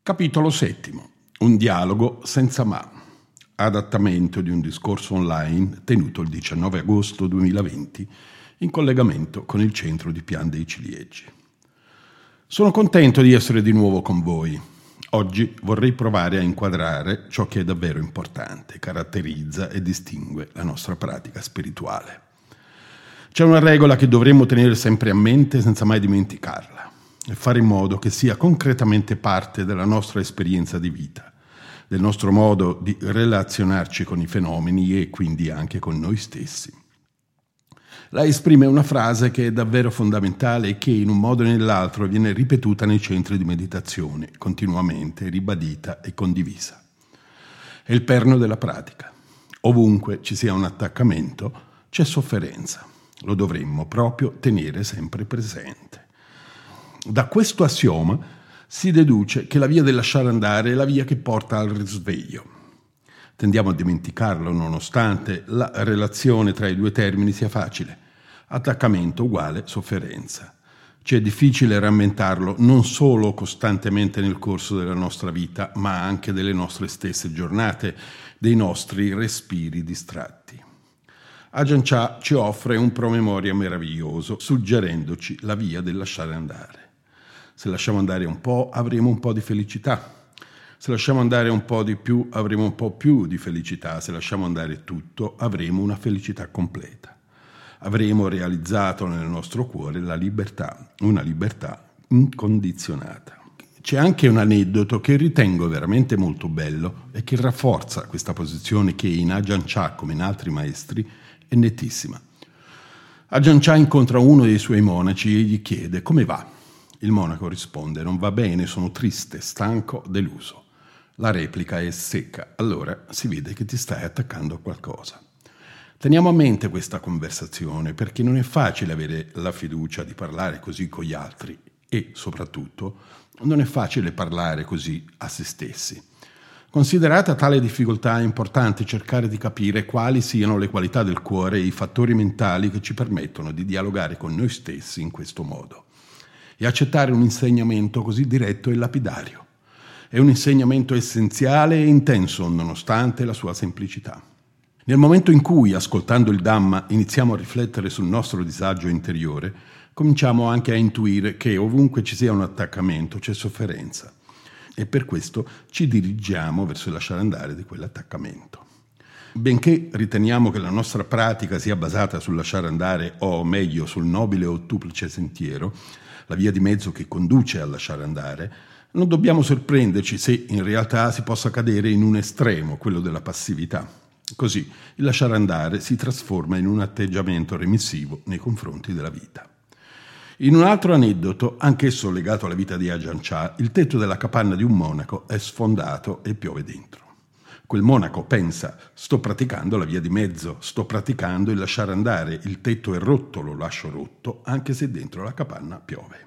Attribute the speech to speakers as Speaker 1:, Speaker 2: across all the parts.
Speaker 1: Capitolo settimo. Un dialogo senza ma. Adattamento di un discorso online tenuto il 19 agosto 2020 in collegamento con il centro di Pian dei Ciliegi. Sono contento di essere di nuovo con voi. Oggi vorrei provare a inquadrare ciò che è davvero importante, caratterizza e distingue la nostra pratica spirituale. C'è una regola che dovremmo tenere sempre a mente senza mai dimenticarla e fare in modo che sia concretamente parte della nostra esperienza di vita, del nostro modo di relazionarci con i fenomeni e quindi anche con noi stessi. La esprime una frase che è davvero fondamentale e che in un modo o nell'altro viene ripetuta nei centri di meditazione, continuamente ribadita e condivisa. È il perno della pratica. Ovunque ci sia un attaccamento, c'è sofferenza. Lo dovremmo proprio tenere sempre presente. Da questo assioma si deduce che la via del lasciare andare è la via che porta al risveglio. Tendiamo a dimenticarlo nonostante la relazione tra i due termini sia facile. Attaccamento uguale sofferenza. Ci è difficile rammentarlo non solo costantemente nel corso della nostra vita, ma anche delle nostre stesse giornate, dei nostri respiri distratti. Ajahn Chah ci offre un promemoria meraviglioso, suggerendoci la via del lasciare andare. Se lasciamo andare un po', avremo un po' di felicità. Se lasciamo andare un po' di più, avremo un po' più di felicità. Se lasciamo andare tutto, avremo una felicità completa. Avremo realizzato nel nostro cuore la libertà, una libertà incondizionata. C'è anche un aneddoto che ritengo veramente molto bello e che rafforza questa posizione che in Ajahn Chah, come in altri maestri, è nettissima. Ajahn Chah incontra uno dei suoi monaci e gli chiede come va. Il monaco risponde: non va bene, sono triste, stanco, deluso. La replica è secca: allora si vede che ti stai attaccando a qualcosa. Teniamo a mente questa conversazione perché non è facile avere la fiducia di parlare così con gli altri e, soprattutto, non è facile parlare così a se stessi. Considerata tale difficoltà è importante cercare di capire quali siano le qualità del cuore e i fattori mentali che ci permettono di dialogare con noi stessi in questo modo. E accettare un insegnamento così diretto e lapidario. È un insegnamento essenziale e intenso nonostante la sua semplicità. Nel momento in cui, ascoltando il Dhamma, iniziamo a riflettere sul nostro disagio interiore, cominciamo anche a intuire che ovunque ci sia un attaccamento c'è sofferenza. E per questo ci dirigiamo verso il lasciare andare di quell'attaccamento. Benché riteniamo che la nostra pratica sia basata sul lasciare andare, o meglio sul nobile ottuplice sentiero, la via di mezzo che conduce a lasciare andare, non dobbiamo sorprenderci se in realtà si possa cadere in un estremo, quello della passività. Così il lasciare andare si trasforma in un atteggiamento remissivo nei confronti della vita. In un altro aneddoto, anch'esso legato alla vita di Ajahn Chah, il tetto della capanna di un monaco è sfondato e piove dentro. Quel monaco pensa: sto praticando la via di mezzo, sto praticando il lasciare andare, il tetto è rotto, lo lascio rotto, anche se dentro la capanna piove.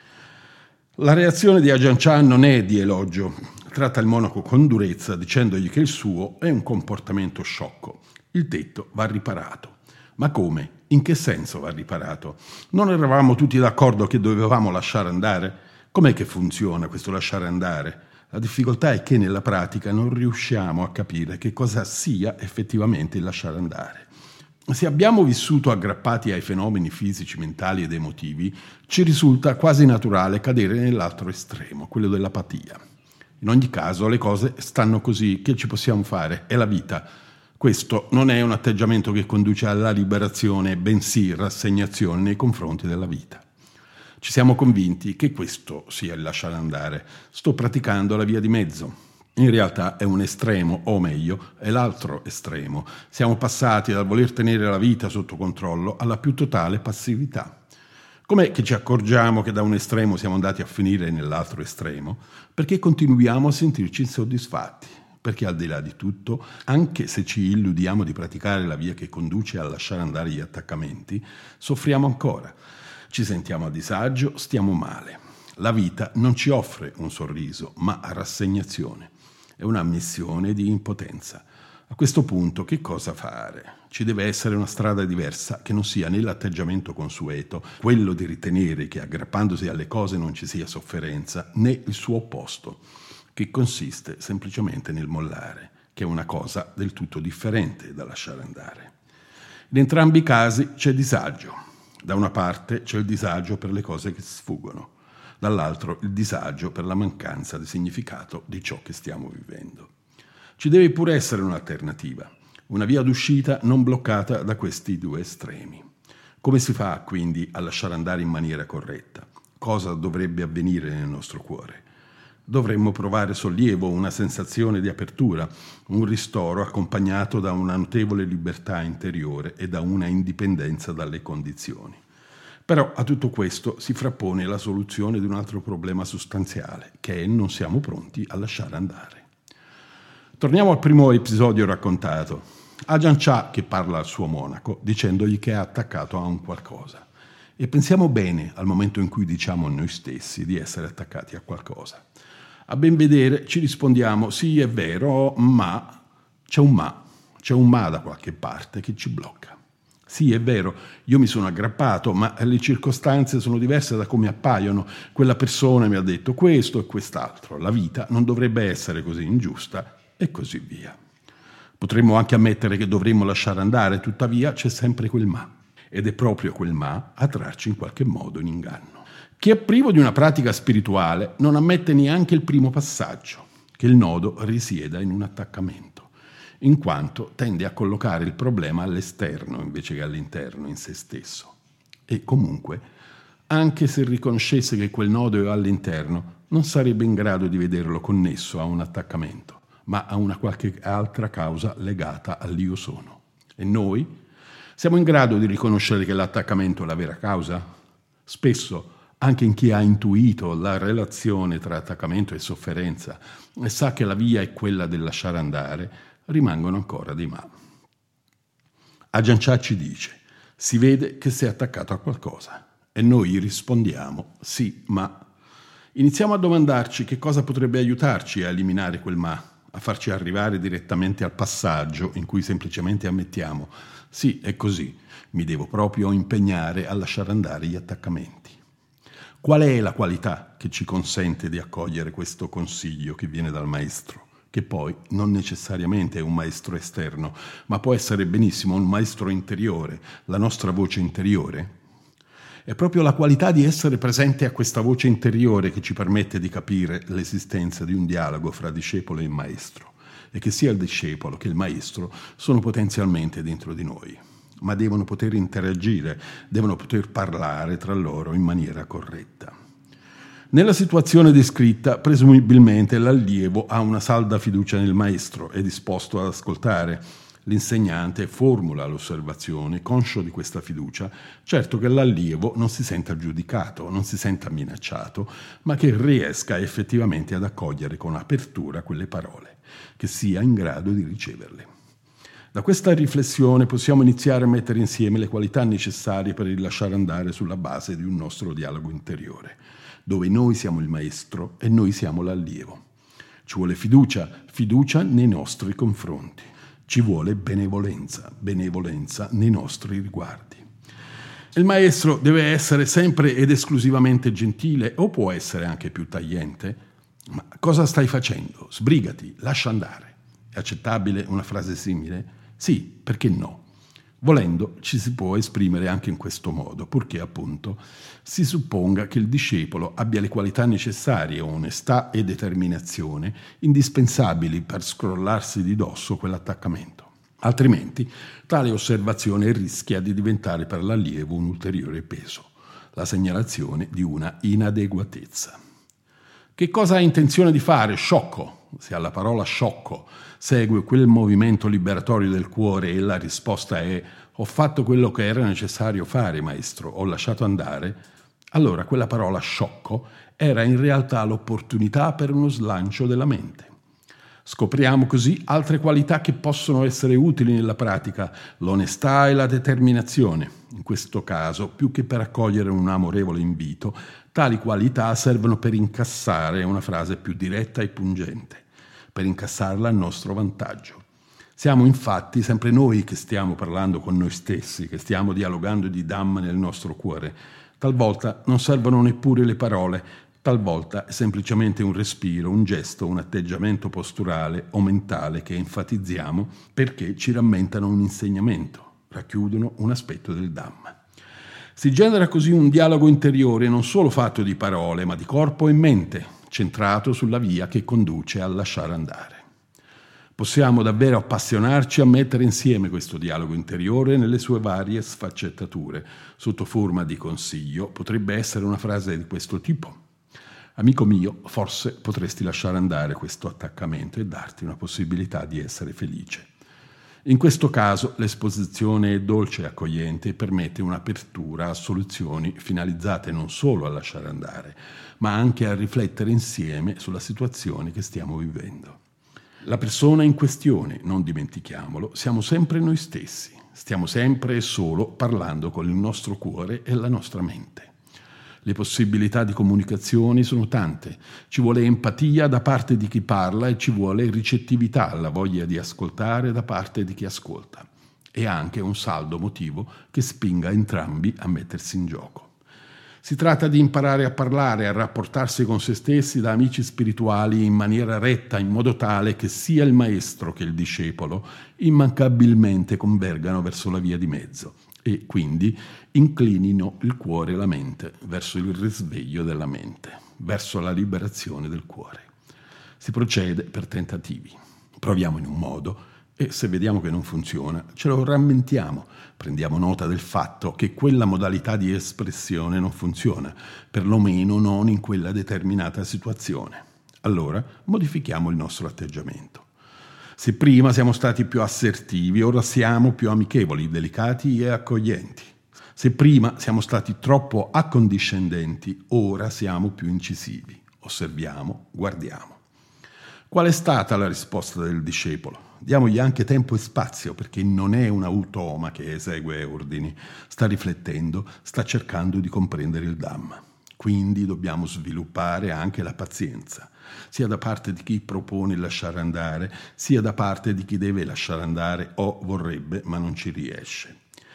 Speaker 1: La reazione di Ajahn Chah non è di elogio, tratta il monaco con durezza dicendogli che il suo è un comportamento sciocco. Il tetto va riparato. Ma come? In che senso va riparato? Non eravamo tutti d'accordo che dovevamo lasciare andare? Com'è che funziona questo lasciare andare? La difficoltà è che nella pratica non riusciamo a capire che cosa sia effettivamente il lasciare andare. Se abbiamo vissuto aggrappati ai fenomeni fisici, mentali ed emotivi, ci risulta quasi naturale cadere nell'altro estremo, quello dell'apatia. In ogni caso le cose stanno così, che ci possiamo fare? È la vita. Questo non è un atteggiamento che conduce alla liberazione, bensì rassegnazione nei confronti della vita. Ci siamo convinti che questo sia il lasciare andare. Sto praticando la via di mezzo. In realtà è un estremo, o meglio, è l'altro estremo. Siamo passati dal voler tenere la vita sotto controllo alla più totale passività. Com'è che ci accorgiamo che da un estremo siamo andati a finire nell'altro estremo? Perché continuiamo a sentirci insoddisfatti. Perché al di là di tutto, anche se ci illudiamo di praticare la via che conduce a lasciare andare gli attaccamenti, soffriamo ancora. Ci sentiamo a disagio, stiamo male. La vita non ci offre un sorriso, ma rassegnazione. È una ammissione di impotenza. A questo punto che cosa fare? Ci deve essere una strada diversa che non sia né l'atteggiamento consueto, quello di ritenere che aggrappandosi alle cose non ci sia sofferenza, né il suo opposto, che consiste semplicemente nel mollare, che è una cosa del tutto differente da lasciare andare. In entrambi i casi c'è disagio. Da una parte c'è il disagio per le cose che sfuggono, dall'altro il disagio per la mancanza di significato di ciò che stiamo vivendo. Ci deve pure essere un'alternativa, una via d'uscita non bloccata da questi due estremi. Come si fa quindi a lasciare andare in maniera corretta? Cosa dovrebbe avvenire nel nostro cuore? Dovremmo provare sollievo, una sensazione di apertura, un ristoro accompagnato da una notevole libertà interiore e da una indipendenza dalle condizioni. Però a tutto questo si frappone la soluzione di un altro problema sostanziale, che è non siamo pronti a lasciare andare. Torniamo al primo episodio raccontato. Ajahn Chah che parla al suo monaco dicendogli che è attaccato a un qualcosa. E pensiamo bene al momento in cui diciamo a noi stessi di essere attaccati a qualcosa. A ben vedere ci rispondiamo sì, è vero, ma c'è un ma da qualche parte che ci blocca. Sì, è vero, io mi sono aggrappato, ma le circostanze sono diverse da come appaiono. Quella persona mi ha detto questo e quest'altro. La vita non dovrebbe essere così ingiusta e così via. Potremmo anche ammettere che dovremmo lasciare andare, tuttavia c'è sempre quel ma. Ed è proprio quel ma a trarci in qualche modo in inganno. Chi è privo di una pratica spirituale non ammette neanche il primo passaggio, che il nodo risieda in un attaccamento, in quanto tende a collocare il problema all'esterno invece che all'interno in se stesso. E comunque, anche se riconoscesse che quel nodo è all'interno, non sarebbe in grado di vederlo connesso a un attaccamento, ma a una qualche altra causa legata all'io sono. E noi siamo in grado di riconoscere che l'attaccamento è la vera causa? Spesso, anche in chi ha intuito la relazione tra attaccamento e sofferenza e sa che la via è quella del lasciare andare, rimangono ancora dei ma. Ajahn Chah ci dice: si vede che sei attaccato a qualcosa. E noi rispondiamo: sì, ma. Iniziamo a domandarci che cosa potrebbe aiutarci a eliminare quel ma, a farci arrivare direttamente al passaggio in cui semplicemente ammettiamo: sì, è così, mi devo proprio impegnare a lasciare andare gli attaccamenti. Qual è la qualità che ci consente di accogliere questo consiglio che viene dal maestro, che poi non necessariamente è un maestro esterno, ma può essere benissimo un maestro interiore, la nostra voce interiore? È proprio la qualità di essere presente a questa voce interiore che ci permette di capire l'esistenza di un dialogo fra discepolo e maestro, e che sia il discepolo che il maestro sono potenzialmente dentro di noi, ma devono poter interagire, devono poter parlare tra loro in maniera corretta. Nella situazione descritta, presumibilmente l'allievo ha una salda fiducia nel maestro, è disposto ad ascoltare. L'insegnante formula l'osservazione, conscio di questa fiducia, certo che l'allievo non si senta giudicato, non si senta minacciato, ma che riesca effettivamente ad accogliere con apertura quelle parole, che sia in grado di riceverle. Da questa riflessione possiamo iniziare a mettere insieme le qualità necessarie per il lasciare andare sulla base di un nostro dialogo interiore, dove noi siamo il maestro e noi siamo l'allievo. Ci vuole fiducia nei nostri confronti. Ci vuole benevolenza nei nostri riguardi. Il maestro deve essere sempre ed esclusivamente gentile o può essere anche più tagliente? Ma cosa stai facendo? Sbrigati, lascia andare. È accettabile una frase simile? Sì, perché no? Volendo ci si può esprimere anche in questo modo, purché appunto si supponga che il discepolo abbia le qualità necessarie, onestà e determinazione, indispensabili per scrollarsi di dosso quell'attaccamento. Altrimenti tale osservazione rischia di diventare per l'allievo un ulteriore peso, la segnalazione di una inadeguatezza. Che cosa ha intenzione di fare? Sciocco. Se alla parola sciocco segue quel movimento liberatorio del cuore e la risposta è: ho fatto quello che era necessario fare, maestro, ho lasciato andare, allora quella parola sciocco era in realtà l'opportunità per uno slancio della mente. Scopriamo così altre qualità che possono essere utili nella pratica, l'onestà e la determinazione. In questo caso, più che per accogliere un amorevole invito, tali qualità servono per incassare una frase più diretta e pungente, per incassarla a nostro vantaggio. Siamo infatti sempre noi che stiamo parlando con noi stessi, che stiamo dialogando di Dhamma nel nostro cuore. Talvolta non servono neppure le parole, Talvolta è semplicemente un respiro, un gesto, un atteggiamento posturale o mentale che enfatizziamo perché ci rammentano un insegnamento, racchiudono un aspetto del Dhamma. Si genera così un dialogo interiore non solo fatto di parole, ma di corpo e mente, centrato sulla via che conduce al lasciare andare. Possiamo davvero appassionarci a mettere insieme questo dialogo interiore nelle sue varie sfaccettature. Sotto forma di consiglio potrebbe essere una frase di questo tipo: amico mio, forse potresti lasciare andare questo attaccamento e darti una possibilità di essere felice. In questo caso l'esposizione è dolce e accogliente e permette un'apertura a soluzioni finalizzate non solo a lasciare andare, ma anche a riflettere insieme sulla situazione che stiamo vivendo. La persona in questione, non dimentichiamolo, siamo sempre noi stessi, stiamo sempre e solo parlando con il nostro cuore e la nostra mente. Le possibilità di comunicazione sono tante, ci vuole empatia da parte di chi parla e ci vuole ricettività, la voglia di ascoltare da parte di chi ascolta, e anche un saldo motivo che spinga entrambi a mettersi in gioco. Si tratta di imparare a parlare, a rapportarsi con se stessi da amici spirituali in maniera retta, in modo tale che sia il maestro che il discepolo immancabilmente convergano verso la via di mezzo e quindi inclinino il cuore e la mente verso il risveglio della mente, verso la liberazione del cuore. Si procede per tentativi. Proviamo in un modo e se vediamo che non funziona, ce lo rammentiamo, prendiamo nota del fatto che quella modalità di espressione non funziona, perlomeno non in quella determinata situazione. Allora modifichiamo il nostro atteggiamento. Se prima siamo stati più assertivi, ora siamo più amichevoli, delicati e accoglienti. Se prima siamo stati troppo accondiscendenti, ora siamo più incisivi. Osserviamo, guardiamo. Qual è stata la risposta del discepolo? Diamogli anche tempo e spazio, perché non è un automa che esegue ordini, sta riflettendo, sta cercando di comprendere il Dhamma. Quindi dobbiamo sviluppare anche la pazienza, sia da parte di chi propone il lasciare andare, sia da parte di chi deve lasciare andare o vorrebbe ma non ci riesce.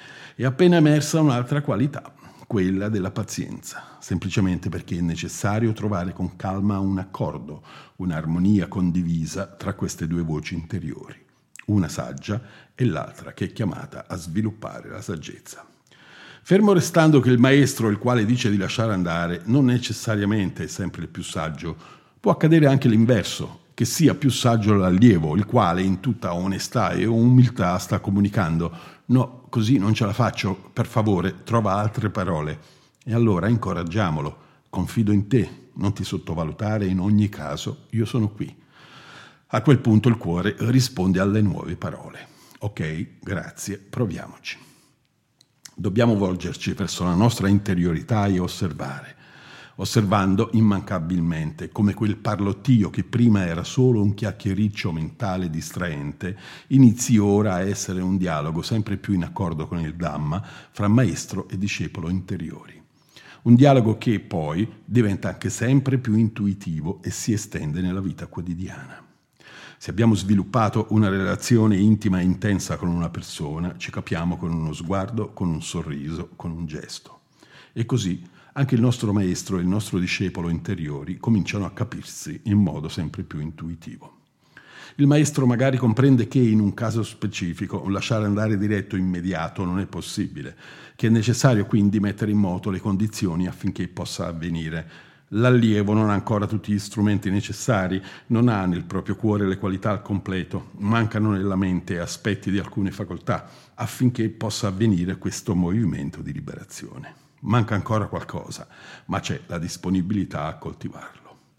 Speaker 1: È appena emersa un'altra qualità, quella della pazienza, semplicemente perché è necessario trovare con calma un accordo, un'armonia condivisa tra queste due voci interiori, una saggia e l'altra che è chiamata a sviluppare la saggezza. Fermo restando che il maestro, il quale dice di lasciare andare, non necessariamente è sempre il più saggio, può accadere anche l'inverso, che sia più saggio l'allievo, il quale in tutta onestà e umiltà sta comunicando: no, così non ce la faccio, per favore, trova altre parole. E allora incoraggiamolo, confido in te, non ti sottovalutare, in ogni caso io sono qui. A quel punto il cuore risponde alle nuove parole. Ok, grazie, proviamoci. Dobbiamo volgerci verso la nostra interiorità e osservare, osservando immancabilmente come quel parlottio che prima era solo un chiacchiericcio mentale distraente inizi ora a essere un dialogo sempre più in accordo con il Dhamma fra maestro e discepolo interiori. Un dialogo che poi diventa anche sempre più intuitivo e si estende nella vita quotidiana. Se abbiamo sviluppato una relazione intima e intensa con una persona, ci capiamo con uno sguardo, con un sorriso, con un gesto. E così anche il nostro maestro e il nostro discepolo interiori cominciano a capirsi in modo sempre più intuitivo. Il maestro magari comprende che in un caso specifico un lasciare andare diretto immediato non è possibile, che è necessario quindi mettere in moto le condizioni affinché possa avvenire. L'allievo non ha ancora tutti gli strumenti necessari, non ha nel proprio cuore le qualità al completo, mancano nella mente aspetti di alcune facoltà affinché possa avvenire questo movimento di liberazione. Manca ancora qualcosa, ma c'è la disponibilità a coltivarlo.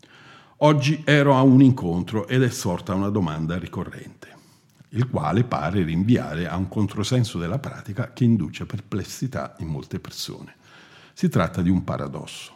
Speaker 1: Oggi ero a un incontro ed è sorta una domanda ricorrente, il quale pare rinviare a un controsenso della pratica che induce perplessità in molte persone. Si tratta di un paradosso.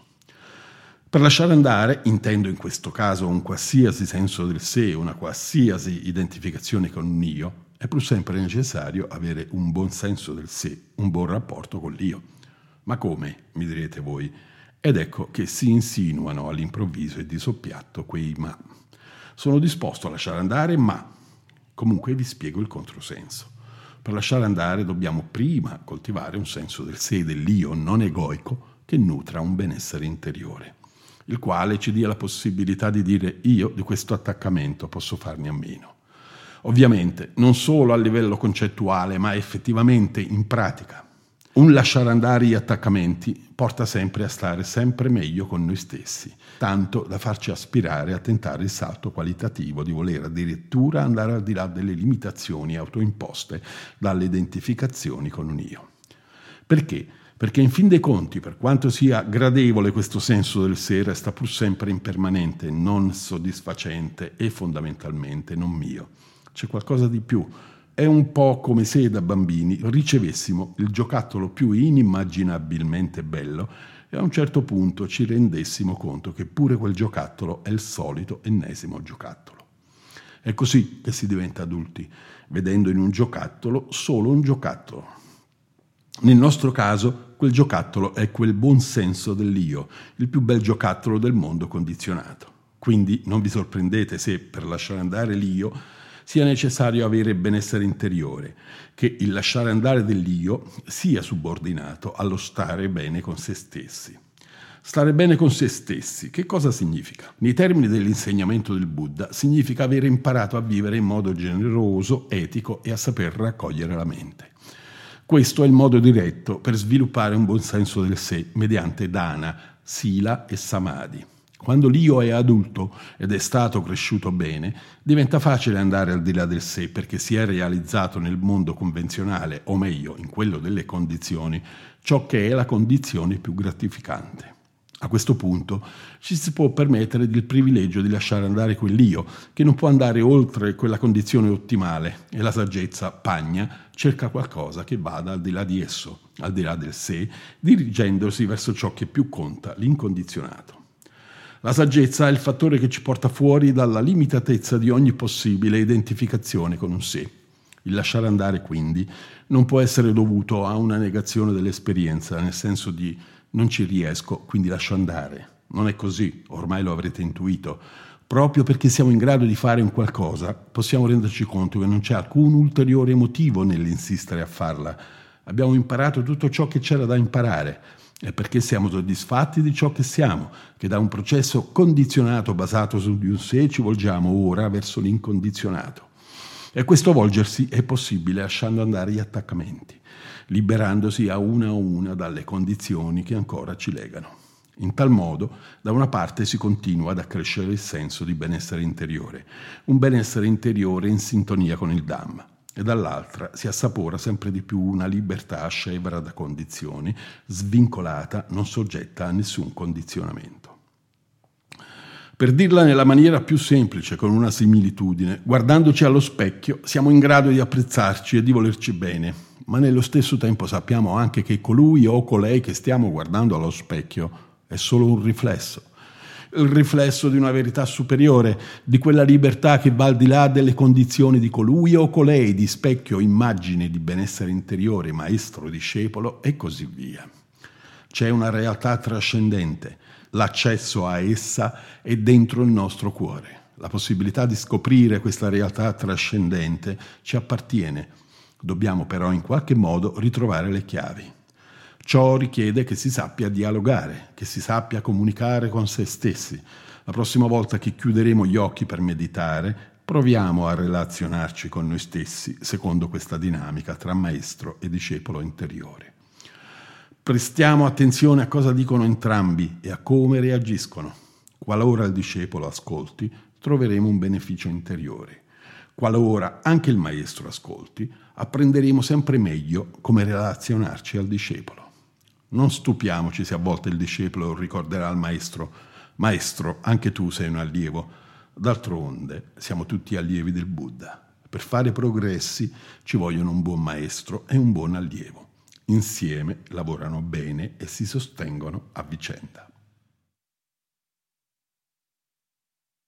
Speaker 1: Per lasciare andare, intendo in questo caso un qualsiasi senso del sé, una qualsiasi identificazione con un io, è pur sempre necessario avere un buon senso del sé, un buon rapporto con l'io. Ma come, mi direte voi? Ed ecco che si insinuano all'improvviso e di soppiatto quei ma. Sono disposto a lasciare andare, ma comunque vi spiego il controsenso. Per lasciare andare dobbiamo prima coltivare un senso del sé, dell'io non egoico che nutra un benessere interiore. il quale ci dia la possibilità di dire io di questo attaccamento posso farne a meno. Ovviamente non solo a livello concettuale, ma effettivamente in pratica. Un lasciare andare gli attaccamenti porta sempre a stare sempre meglio con noi stessi, tanto da farci aspirare a tentare il salto qualitativo di voler addirittura andare al di là delle limitazioni autoimposte dalle identificazioni con un io. Perché? Perché in fin dei conti, per quanto sia gradevole questo senso del sé, resta pur sempre impermanente, non soddisfacente e fondamentalmente non mio. C'è qualcosa di più. È un po' come se da bambini ricevessimo il giocattolo più inimmaginabilmente bello e a un certo punto ci rendessimo conto che pure quel giocattolo è il solito ennesimo giocattolo. È così che si diventa adulti, vedendo in un giocattolo solo un giocattolo. Nel nostro caso, quel giocattolo è quel buon senso dell'io, il più bel giocattolo del mondo condizionato. Quindi non vi sorprendete se, per lasciare andare l'io, sia necessario avere benessere interiore, che il lasciare andare dell'io sia subordinato allo stare bene con se stessi. Stare bene con se stessi, che cosa significa? Nei termini dell'insegnamento del Buddha, significa avere imparato a vivere in modo generoso, etico e a saper raccogliere la mente. Questo è il modo diretto per sviluppare un buon senso del sé mediante dana, sila e samadhi. Quando l'io è adulto ed è stato cresciuto bene, diventa facile andare al di là del sé perché si è realizzato nel mondo convenzionale, o meglio, in quello delle condizioni, ciò che è la condizione più gratificante. A questo punto ci si può permettere il privilegio di lasciare andare quell'io, che non può andare oltre quella condizione ottimale, e la saggezza pagna cerca qualcosa che vada al di là di esso, al di là del sé, dirigendosi verso ciò che più conta, l'incondizionato. La saggezza è il fattore che ci porta fuori dalla limitatezza di ogni possibile identificazione con un sé. Il lasciare andare, quindi, non può essere dovuto a una negazione dell'esperienza, nel senso di non ci riesco, quindi lascio andare. Non è così, ormai lo avrete intuito. Proprio perché siamo in grado di fare un qualcosa, possiamo renderci conto che non c'è alcun ulteriore motivo nell'insistere a farla. Abbiamo imparato tutto ciò che c'era da imparare. È perché siamo soddisfatti di ciò che siamo, che da un processo condizionato basato su di un sé ci volgiamo ora verso l'incondizionato. E questo volgersi è possibile lasciando andare gli attaccamenti, liberandosi a una dalle condizioni che ancora ci legano. In tal modo, da una parte si continua ad accrescere il senso di benessere interiore, un benessere interiore in sintonia con il Dhamma, e dall'altra si assapora sempre di più una libertà scevra da condizioni, svincolata, non soggetta a nessun condizionamento. Per dirla nella maniera più semplice, con una similitudine, guardandoci allo specchio siamo in grado di apprezzarci e di volerci bene, ma nello stesso tempo sappiamo anche che colui o colei che stiamo guardando allo specchio è solo un riflesso. Il riflesso di una verità superiore, di quella libertà che va al di là delle condizioni di colui o colei, di specchio, immagine di benessere interiore, maestro, discepolo e così via. C'è una realtà trascendente, l'accesso a essa è dentro il nostro cuore. La possibilità di scoprire questa realtà trascendente ci appartiene. Dobbiamo però in qualche modo ritrovare le chiavi. Ciò richiede che si sappia dialogare, che si sappia comunicare con se stessi. La prossima volta che chiuderemo gli occhi per meditare, proviamo a relazionarci con noi stessi secondo questa dinamica tra maestro e discepolo interiore. Prestiamo attenzione a cosa dicono entrambi e a come reagiscono. Qualora il discepolo ascolti, troveremo un beneficio interiore. Qualora anche il maestro ascolti, apprenderemo sempre meglio come relazionarci al discepolo. Non stupiamoci se a volte il discepolo ricorderà al maestro: «Maestro, anche tu sei un allievo». D'altronde siamo tutti allievi del Buddha. Per fare progressi ci vogliono un buon maestro e un buon allievo. Insieme lavorano bene e si sostengono a vicenda.